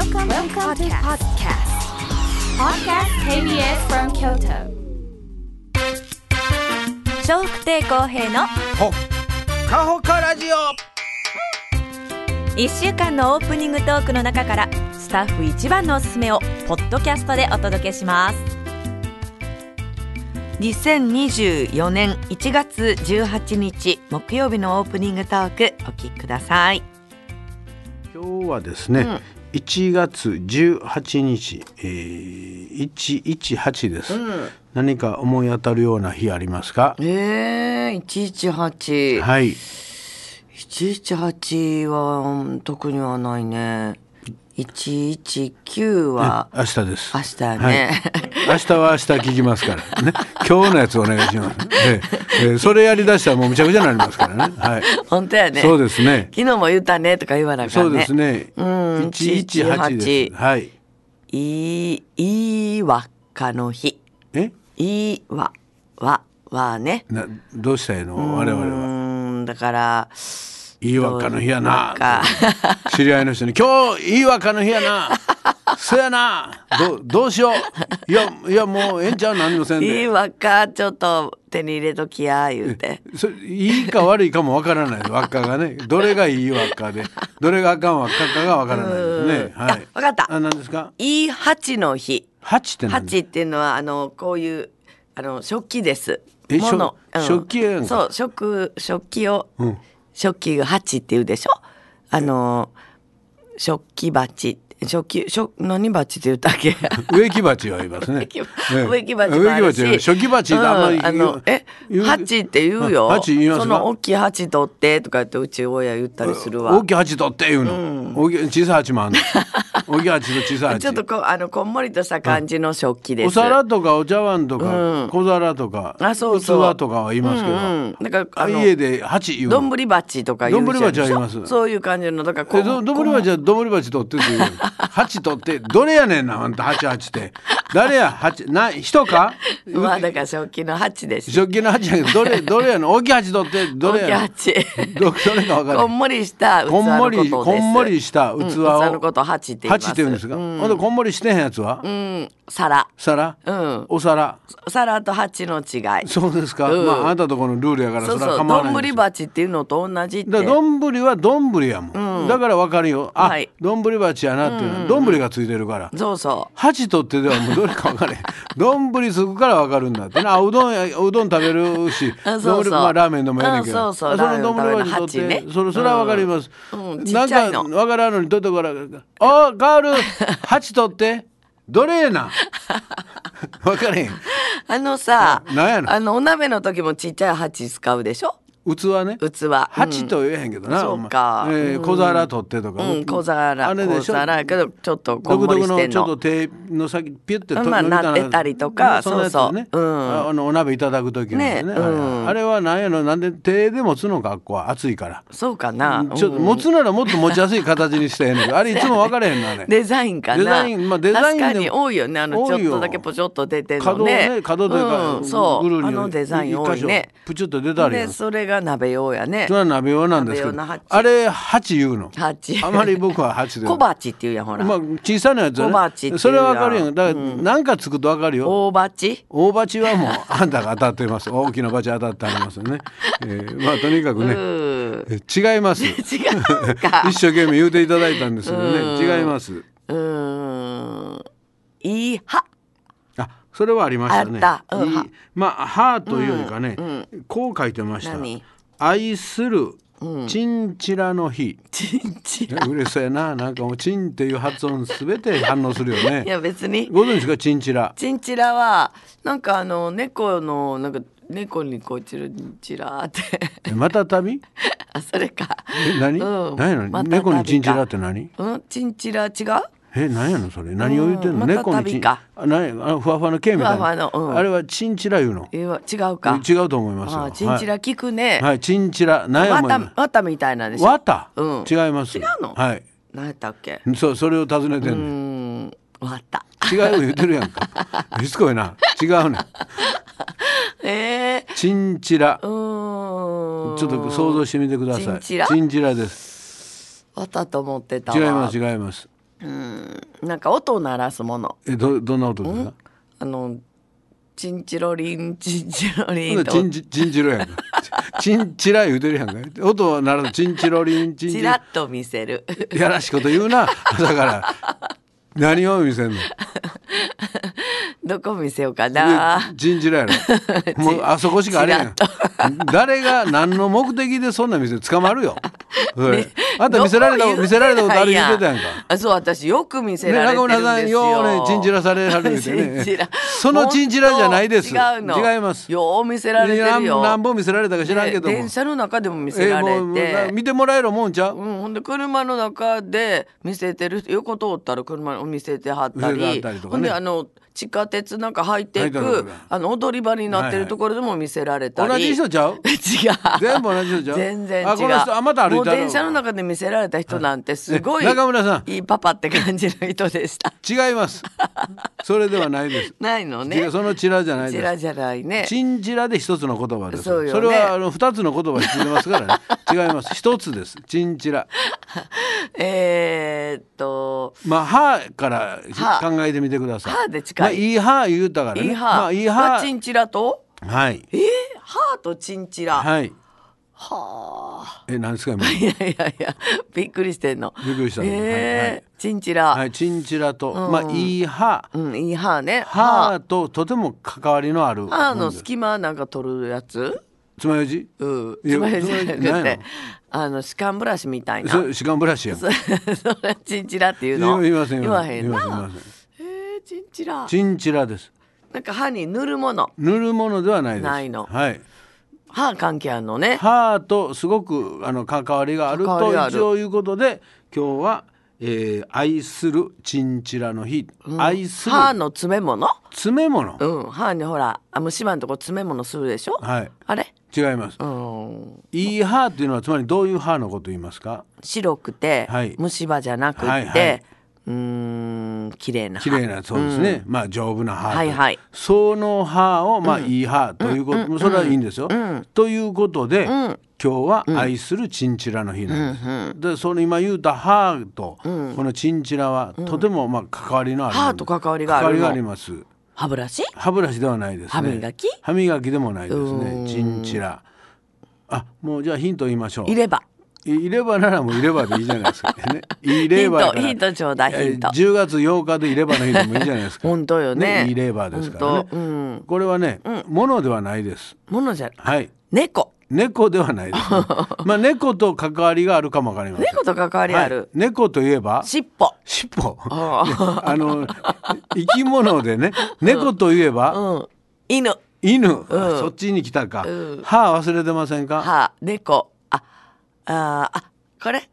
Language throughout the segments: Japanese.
Welcome to podcast. Podcast KBS from Kyoto. 笑福亭公平のほかほかラジオ。 1週間のオープニングトークの中からスタッフ一番のおすすめをポッドキャストでお届けします。2024年1月18日木曜日のオープニングトークお聞きください。 今日はですね、1月18日、118です、何か思い当たるような日ありますか 118、 はい。 118は特にはないね。119は明日です。 明日やね、 はい、明日は明日聞きますからね。今日のやつお願いします、それやりだしたらもうむちゃくちゃになりますからね、はい、 本当やね。 そうですね。 昨日も言ったねとか言わなきゃね。 そうですね、118です。はい。 いわかの日。いわはね、 どうしたいの我々は。 だからいいわかの日やな。知り合いの人に今日いいわかの日やな。そやな。どうしよう。いやもうええんちゃう何もせんで。 いいわかちょっと手に入れときや言うて。 いいか悪いかもわからない輪っかがね。どれがいい輪っかでどれがあかん輪っかかがわからないですね。はい。 わかった。 何ですか。 いい八の日。 八って何ですか。 八っていうのはこういう食器です。 食器やんか。 そう食器を、食器が八って言うでしょ。食器鉢。何鉢って言ったっけ。 植木鉢は言いますね。 植木鉢もあるし、 食器鉢ってあんまり鉢って言うよ。 鉢言いますか。 その大きい鉢取ってとか言ってうち親言ったりするわ。 大きい鉢取って言うの。小さい鉢もあるの。大きい鉢と小さい鉢。 ちょっとこんもりとした感じの食器です。 お皿とかお茶碗とか小皿とか器とかは言いますけど、 だから家で鉢言うの。 どんぶり鉢とか言うじゃん。 どんぶり鉢は言います。 そういう感じのだからどんぶり鉢はどんぶり鉢取ってって言うの。鉢取ってどれやねんなあんた八って誰や八人か。 まあだから食器の鉢です。 食器の鉢やけどどれやの。大きい鉢取ってどれやの。 大きい鉢どれか分からない。 こんもりした器のことです。 こんもりした器を、器のことを鉢って言います。 鉢って言うんですか。ほんでこんもりしてへんやつは、 皿、 お皿と鉢の違い。 そうですか。まああなたとこのルールやからそれは構わないんですよ。 どんぶり鉢っていうのと同じって。 どんぶりはどんぶりやもん、だから分かるよ。どんぶり鉢やなっていうのはどんぶりがついてるから。 そうそう。 鉢取ってではもうどれか分からへん。どんぶりすぐから分かるんだってな。うどん食べるし、 そう、 まあラーメンでもええねんけど、 そのどんぶり鉢取って、それは分かります。 なんか分からんのに取ってからガール鉢取ってどれやな。分からへん。 お鍋の時もちっちゃい鉢使うでしょ。 器ね。鉢と言えへんけどな。 そうか。 小皿取ってとか。 小皿やけどちょっとこんもりしてんの。 ちょっと手の先ピュッてなってたりとか、そうそう。 お鍋いただく時ね。あれはなんやろ。なんで手で持つのか。ここは熱いから。 そうかな。 ちょっと持つならもっと持ちやすい形にしてんねん。あれいつも分かれへんのあれ。 デザインかな。 デザイン確かに多いよね。ちょっとだけポチョっと出てるのね。 角というかそう。 ぐるりデザイン多いね。 プチュッと出たりやん。 でそれが鍋用やね。 それは鍋用なんですけど、あれ鉢言うの。あまり僕は鉢で。 小鉢って言うやんほら。 小さなやつね。 小鉢ってそれは分かるよ。だから何かつくと分かるよ。 大鉢はもうあんたが当たってます。大きな鉢当たってありますよね。まあとにかくね違います。 違うか。 一生懸命言うていただいたんですけどね、違います。 いいは。 それはありましたね。まあはというよりかね、こう書いてました。愛するチンチラの日。 チンチラ。 嬉しそうやな。なんかもうチンっていう発音すべて反応するよね。 いや別に。 ご存知ですかチンチラ。 チンチラはなんか猫のなんか猫にこうチンチラって。 また旅？ それか。 何？何やの？猫にチンチラって何？ チンチラ違う？ 何やのそれ。何を言ってんの？ 猫にチン。 ふわふわの毛みたいな。あれはチンチラ言うの。 違うか。 違うと思いますよ。 チンチラ聞くね。 はい、チンチラ。何やもん。 綿みたいなんでしょ。 綿？違います。 違うの？ はい。 何やったっけ？ それを尋ねてんねん。 綿。 違う言ってるやんか。しつこいな。違うね。チンチラ。ちょっと想像してみてください。チンチラです。 綿と思ってたわ。 違います。 なんか音を鳴らすもの。 どんな音ですか？ チンチロリンチンチロリンとチンチロやんかチンチラ言うてるやんか。音は鳴らすチンチロリンチンチチラッと見せる。 やらしいこと言うな朝から何を見せんの？ どこ見せようかな。 チンチラやろもうあそこしかあれやん。誰が何の目的でそんな店捕まるよ。あんた見せられたことある言ってたやんか。 そう、私よく見せられてるんですよ。 中村さんようねチンチラされはるってね。そのチンチラじゃないです。違います。 よう見せられてるよ。 何本見せられたか知らんけども、 電車の中でも見せられて、 見てもらえるもんちゃう。 ほんで車の中で見せてる、横通ったら車を見せてはったり、ほんで地下鉄なんか入っていく踊り場になってるところでも見せられたり。 同じ人ちゃう？違う。全部同じ人ちゃう？ 全然違う。 この人また歩いたもう電車の中で見せられた人なんてすごい中村さんいいパパって感じの人でした。 違います。それではないです。 ないのね。 そのチラじゃないです。 チラじゃないね。 チンチラで一つの言葉です。 そうよね。 それは二つの言葉必要ますからね。違います。一つです。チンチラ。まあ歯から考えてみてください。 歯で近い。 いい歯言うたからね。 いい歯。チンチラと？ はい。 歯とチンチラ。 はい。 はあ。 何ですか今？ いやびっくりしてんの。 びっくりしたの。 チンチラ。 はい、チンチラと、いい歯。 いい歯ね。 歯ととても関わりのある。 歯の隙間なんか取るやつ？ つまようじ？ つまようじじゃなくて、歯間ブラシみたいな。 歯間ブラシやん。 それチンチラっていうの？ 言いません。 言わへんな。チンチラ。 チンチラです。 なんか歯に塗るもの。 塗るものではないです。 ないの。 はい。 歯関係あるのね。 歯とすごく関わりがあると一応いうことで、今日は、愛するチンチラの日。愛する歯の詰め物？ 詰め物。 歯にほら虫歯のとこ詰め物するでしょ。 はい。 あれ？ 違います。いい歯っていうのはつまりどういう歯のこと言いますか？ 白くて、虫歯じゃなくて、綺麗なそうですね。丈夫な歯。その歯をいい歯ということ、それはいいんですよ。ということで、今日は愛するチンチラの日なんです。で、その今言うた歯とこのチンチラはとても関わりのある。 歯と関わりがあるの。 関わりがあります。 歯ブラシ？ 歯ブラシではないですね。歯磨きでもないですね。チンチラ。もうじゃあヒント言いましょう。 入れ歯ならもう入れ歯でいいじゃないですかね。入れ歯ヒントちょうだい。ヒント。 10月8日で入れ歯の日でもいいじゃないですか。 本当よね。 入れ歯ですからね。これはね、物ではないです。 物じゃはい。 猫ではないです。猫と関わりがあるかもわかりません。 猫と関わりある。 猫といえば尻尾。 生き物でね、猫といえば犬。 そっちに来たか。歯忘れてませんか？ 歯、猫。これ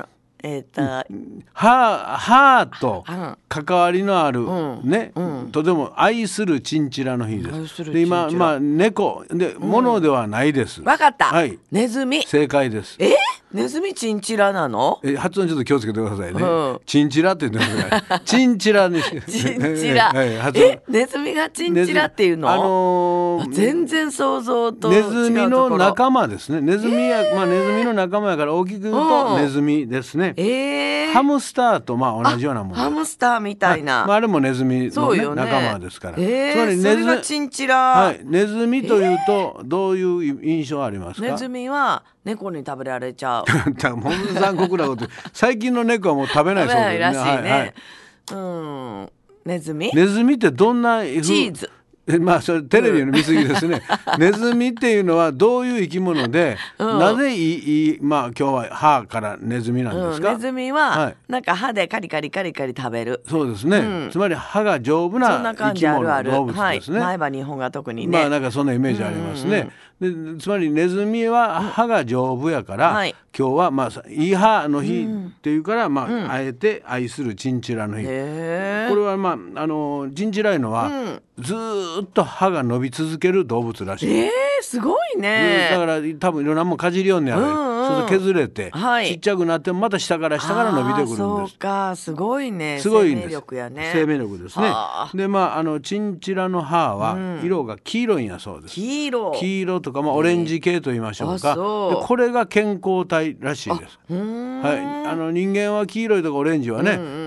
歯と関わりのあるね、とても愛するチンチラの日です。で今猫で物ではないです。 わかった。 はい。 ネズミ。 正解です。 ネズミチンチラなの？ 発音ちょっと気をつけてくださいね。チンチラって言ってください。チンチラに。 チンチラ。ネズミがチンチラっていうの？全然想像と違うところ。 ネズミの仲間ですね。ネズミの仲間やから大きく言うとネズミですね。ハムスターと同じようなもの。 ハムスターみたいな。 あれもネズミの仲間ですから。つまりそれがチンチラ。 ネズミというとどういう印象ありますか？ ネズミは猫に食べられちゃう。 もう残酷なこと。最近の猫はもう食べないそうですね。 らしいね。ネズミってどんなチーズ。 それテレビの見過ぎですね。ネズミっていうのはどういう生き物で、なぜ今日は歯からネズミなんですか？ ネズミはなんか歯でカリカリ食べる。 そうですね。つまり歯が丈夫な生き物、動物ですね。 前歯2本が特にね。 なんかそんなイメージありますね。でつまりネズミは歯が丈夫やから、今日はいい歯の日っていうから、あえて愛するチンチラの日。これはチンチラいうのは、ずっと歯が伸び続ける動物らしい。 すごいね。 だから多分いろんなもんかじりよんねやね。そうすると削れて、ちっちゃくなってもまた下から伸びてくるんです。 そうか、すごいね。 すごいんです。 生命力やね。 生命力ですね。でチンチラの歯は色が黄色いんやそうです。 黄色とかオレンジ系と言いましょうか。でこれが健康体らしいです。人間は黄色いとかオレンジはね、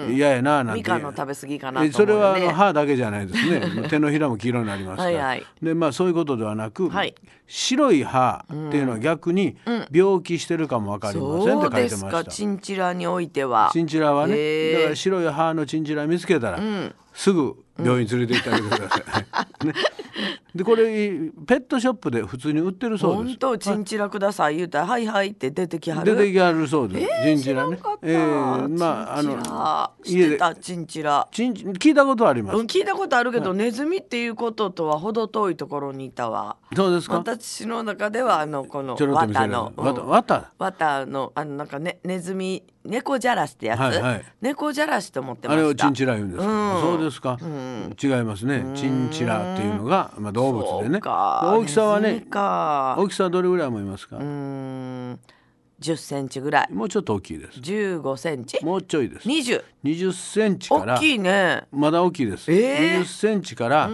嫌やななんて。 みかんの食べ過ぎかなと思うよね。 それは歯だけじゃないですね。手のひらも黄色になりますから。 はい、 でそういうことではなく、 はい、 白い歯っていうのは逆に病気してるかも分かりませんって書いてました。 そうですか。チンチラにおいては。 チンチラはね、だから白い歯のチンチラ見つけたら、すぐ病院連れて行ってあげてください。ね、でこれペットショップで普通に売ってるそうです。 本当チンチラください言うたらはいはいって出てきはる。 出てきはるそうです。チンチラね。 知ってたチンチラ。 聞いたことあります。 聞いたことあるけど、ネズミっていうこととは程遠いところにいたわ。 そうですか。 私の中ではこの綿のなんかね、ネズミ猫じゃらしってやつ、猫じゃらしと思ってました。 あれをチンチラ言うんですか。そうですか。違いますね。チンチラっていうのが動物でね。大きさはね、大きさはどれぐらい思いますか。 10センチぐらい。 もうちょっと大きいです。 15センチ。 もうちょいです。 20 センチから。 大きいね。 まだ大きいです。20センチから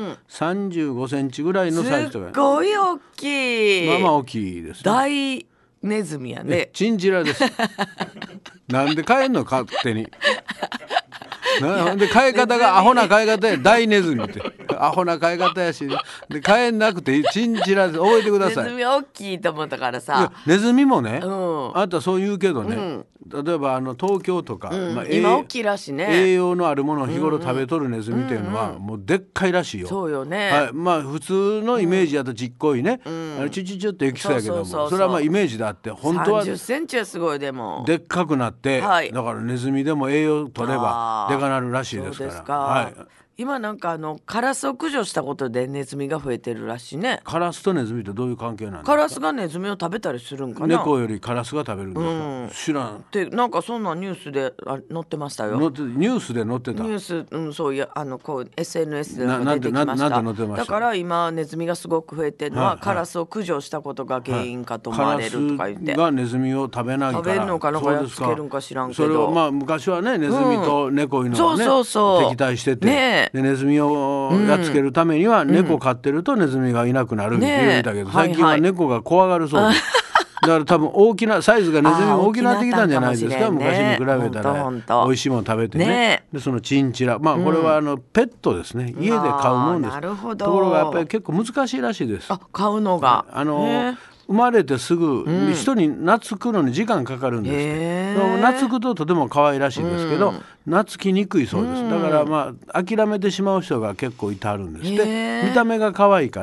35センチぐらいのサイズとか。 すごい大きい。 まあまあ大きいです。 大ネズミやね。 チンチラです。なんで飼えんの勝手に。なんで飼い方がアホな飼い方や。大ネズミってアホな飼い方やし、で飼えなくてチンチラです。覚えてください。 ネズミ大きいと思ったからさ。 ネズミもね、あなたそう言うけどね、例えば東京とか、 今大きいらしいね。 栄養のあるものを日頃食べとるネズミっていうのはもうでっかいらしいよ。 そうよね。 はい、普通のイメージだとちっこいね、チュチュチュっていきそうやけども、それはイメージであって、本当は 30センチはすごい。でもでっかくなって、だからネズミでも栄養取ればでかなるらしいですから。 そうですか。今なんかカラスを駆除したことでネズミが増えてるらしいね。 カラスとネズミってどういう関係なんですか。 カラスがネズミを食べたりするんかな。 猫よりカラスが食べるんですか。知らんってなんかそんなニュースで載ってましたよ。 ニュースで載ってた。 ニュース、そういやこう SNS で出てきました。 なんて載ってました。 だから今ネズミがすごく増えてるのは、カラスを駆除したことが原因かと思われるとか言って。 カラスがネズミを食べないから。 食べるのかなんかやっつけるんか知らんけど。 それを昔はね、ネズミと猫いうのがね、敵対してて、でネズミをやっつけるためには猫飼ってるとネズミがいなくなるって言うたけど、最近は猫が怖がるそうです。だから多分大きなサイズがネズミも大きなってきたんじゃないですか。昔に比べたら美味しいもの食べてね。でそのチンチラ、これはペットですね。家で飼うもんです。ところがやっぱり結構難しいらしいです。 飼うのが生まれてすぐ人に懐くのに時間かかるんです。懐くととても可愛らしいんですけど、懐きにくいそうです。だから諦めてしまう人が結構いてはるんですって。見た目が可愛いから、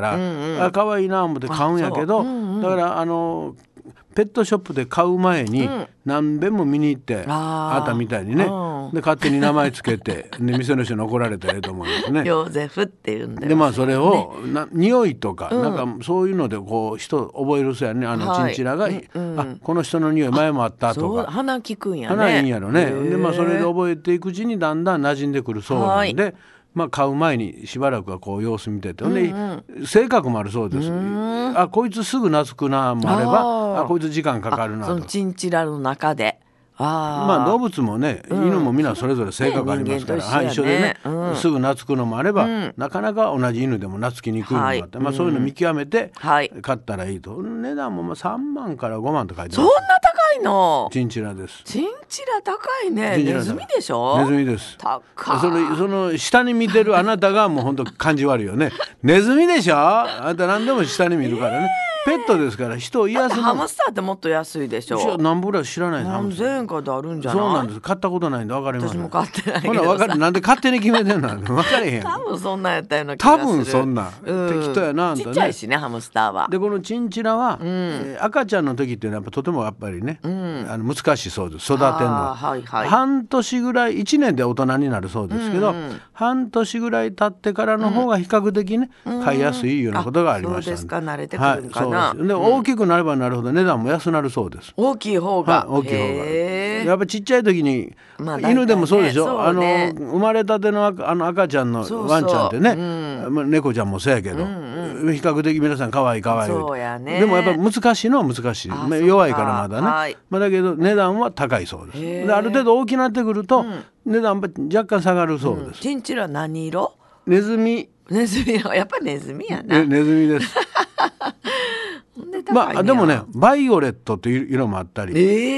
可愛いな思って買うんやけど、だからペットショップで買う前に何遍も見に行って、あなたみたいにね、で勝手に名前つけて、で店の人に怒られたらいいと思うんですね。 ヨーゼフって言うんで。 でそれを匂いとか、なんかそういうので人覚えるそうやね。チンチラが、この人の匂い前もあったとか。 鼻効くんやね。 鼻いいんやろね。でそれで覚えていくうちにだんだん馴染んでくるそうなんで。買う前にしばらくはこう様子見てて、性格もあるそうです。こいつすぐ懐くなもあれば、こいつ時間かかるなと。 そのチンチラの中で。 動物もね、犬もみんなそれぞれ性格ありますから、一緒でね、すぐ懐くのもあれば、なかなか同じ犬でも懐きにくいのもあって、そういうの見極めて買ったらいいと。値段も3万から5万と書いてます。 そんな高いの。 チンチラです。 チンチラ高いね。ネズミでしょ。 ネズミです。 高い。 その下に見てるあなたがもう本当感じ悪いよね。ネズミでしょ。あなた何でも下に見るからね。ペットですから人を癒すの。 ハムスターってもっと安いでしょ。 何ぼぐらい知らない。 何千円かであるんじゃない。 そうなんです。買ったことないんで分かります。 私も買ってないけど分かる。なんで勝手に決めてんの。分かれへん。 多分そんなんやったような気がする。 多分そんな適当やな。 ちっちゃいしね、ハムスターは。 でこのチンチラは赤ちゃんの時っていうのはとてもやっぱりね、難しいそうです。育てるのは半年ぐらい、1年で大人になるそうですけど、半年ぐらい経ってからの方が比較的ね飼いやすいようなことがありました。 そうですか。慣れてくるんかな。 で大きくなればなるほど値段も安なるそうです。 大きい方が。 大きい方が。やっぱちっちゃい時に犬でもそうでしょ。生まれたての赤ちゃんのワンちゃんってね、猫ちゃんもそうやけど、比較的皆さん可愛い可愛い。 そうやね。 でもやっぱ難しいのは難しい。弱いからまだね。だけど値段は高いそうです。である程度大きくなってくると値段は若干下がるそうです。 チンチラ何色？ ネズミ。 ネズミ、やっぱネズミやな。 ネズミです。でもねバイオレットっていう色もあったり、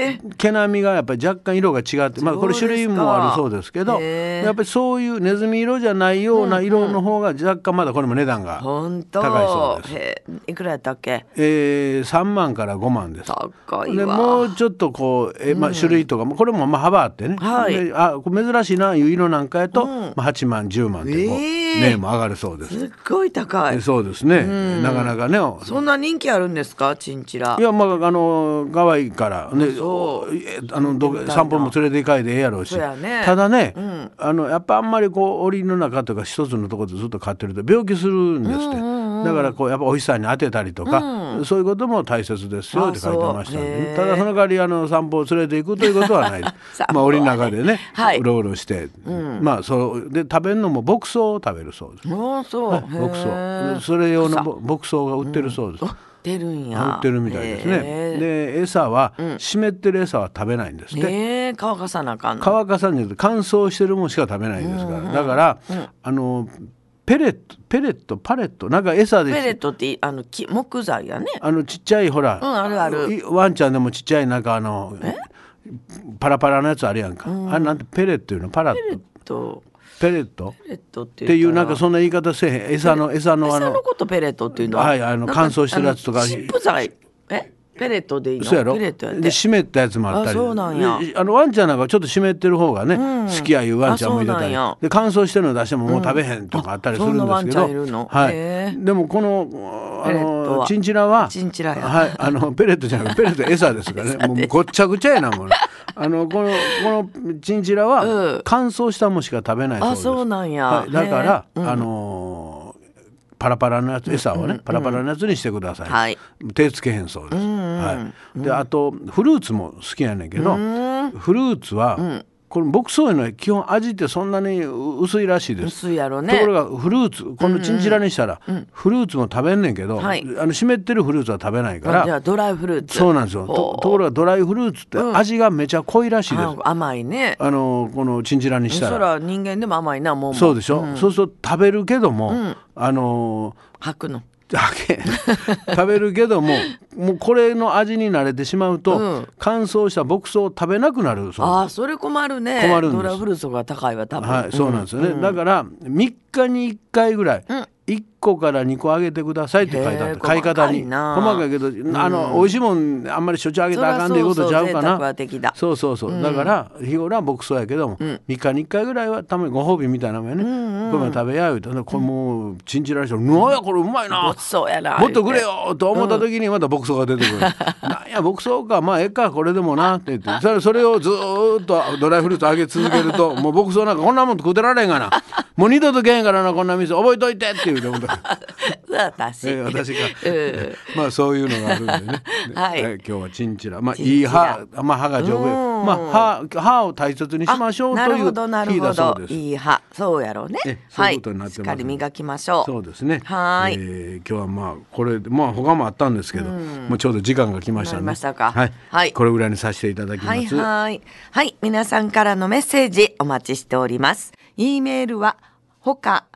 毛並みがやっぱり若干色が違って、これ種類もあるそうですけど、やっぱりそういうネズミ色じゃないような色の方が若干まだこれも値段が高いそうです。 いくらやったっけ ？3万から5万です。 高いわ。 でもうちょっとこう、種類とかもこれも幅あってね、でこれ珍しいないう色なんかやと、8万10万って値も上がるそうです。 すっごい高い。 そうですね、なかなかね。 そんな人気あるんですかチンチラ？ いや可愛いからね、散歩も連れて行かいでええやろうし、ただね、やっぱあんまりこう檻の中とか一つのところでずっと飼ってると病気するんですって、だからこうやっぱお日さんに当てたりとか、そういうことも大切ですよって書いてましたんで、ただその代わり散歩を連れて行くということはない檻の中でね、うろうろして、そうで食べるのも牧草を食べるそうです。牧草、それ用の牧草が売ってるそうです。売ってるみたいですね。で餌は、湿ってる餌は食べないんですって。 乾かさなあかんの？ 乾かさんじゃなくて乾燥してるもんしか食べないんですから、だから、ペレットなんか餌で、 ペレットって木材やね。 ちっちゃいほら、 あるワンちゃんでもちっちゃいなんかパラパラのやつあるやんか、あれなんてペレットいうの？ペレットっていうなんかそんな言い方せえへん。餌のことペレットっていうのは、 乾燥してるやつとか湿布剤ペレットでいいの？ そうやろ。 ペレットやで湿ったやつもあったり、 そうなんや。 ワンちゃんなんかちょっと湿ってる方がね、好きやいうワンちゃんもいてたりで、乾燥してるの出してももう食べへんとかあったりするんですけど、でもこのチンチラはペレットじゃなくてペレット餌ですからね、もうごっちゃごちゃやなもん。このチンチラは乾燥したものしか食べないそうです。 そうなんや。 だからパラパラのやつ、餌をねパラパラのやつにしてください。手つけへんそうです。であとフルーツも好きやねんけど、フルーツはこの牧草いうのは基本味ってそんなに薄いらしいです。 薄いやろね。 ところがフルーツこのチンチラにしたらフルーツも食べんねんけど、湿ってるフルーツは食べないから。 じゃあドライフルーツ。 そうなんですよ。ところがドライフルーツって味がめちゃ濃いらしいです。 甘いね。 このチンチラにしたら。 そら人間でも甘いなもう。 そうでしょ。そうすると食べるけども吐くの。 食べるけどもうこれの味に慣れてしまうと、乾燥した牧草を食べなくなるそうです。 それ困るね。 困るんです。 ドライフルーツが高いわ多分。 そうなんですよね。だから3日に1回ぐらい、1個から2個あげてくださいって書いてあった。買い方に細かいけど、美味しいもんあんまりしょっちゅうあげたらあかんっていうことちゃうかな。そうだから日頃は牧草やけども、3日に1回ぐらいはたまにご褒美みたいなもんやね、これも食べやうと、これもうチンチラにしてなんやこれうまいな、もっとくれよと思った時にまた牧草が出てくる。なんや牧草か、まあええかこれでもなって言って、それをずっとドライフルーツあげ続けるともう牧草なんかこんなもん食うてられんがな、もう二度とけへんからなこんな店覚えといてって言うても私がまあそういうのがあるんでね。今日はチンチラ、いい歯、歯が丈夫や、歯を大切にしましょうという日だそうです。 いい歯、そうやろうね。 そういうことになってます。 しっかり磨きましょう。 そうですね。今日はこれ他もあったんですけど、もうちょうど時間が来ましたね。これぐらいにさせていただきます。 はい、皆さんからのメッセージお待ちしております。E メールはほか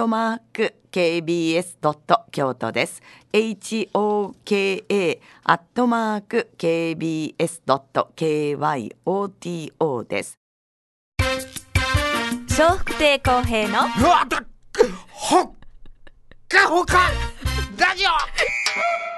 @kbs. 京都です。hoka@kbs.kyoto です。 笑福亭公平のほっかほかラジオ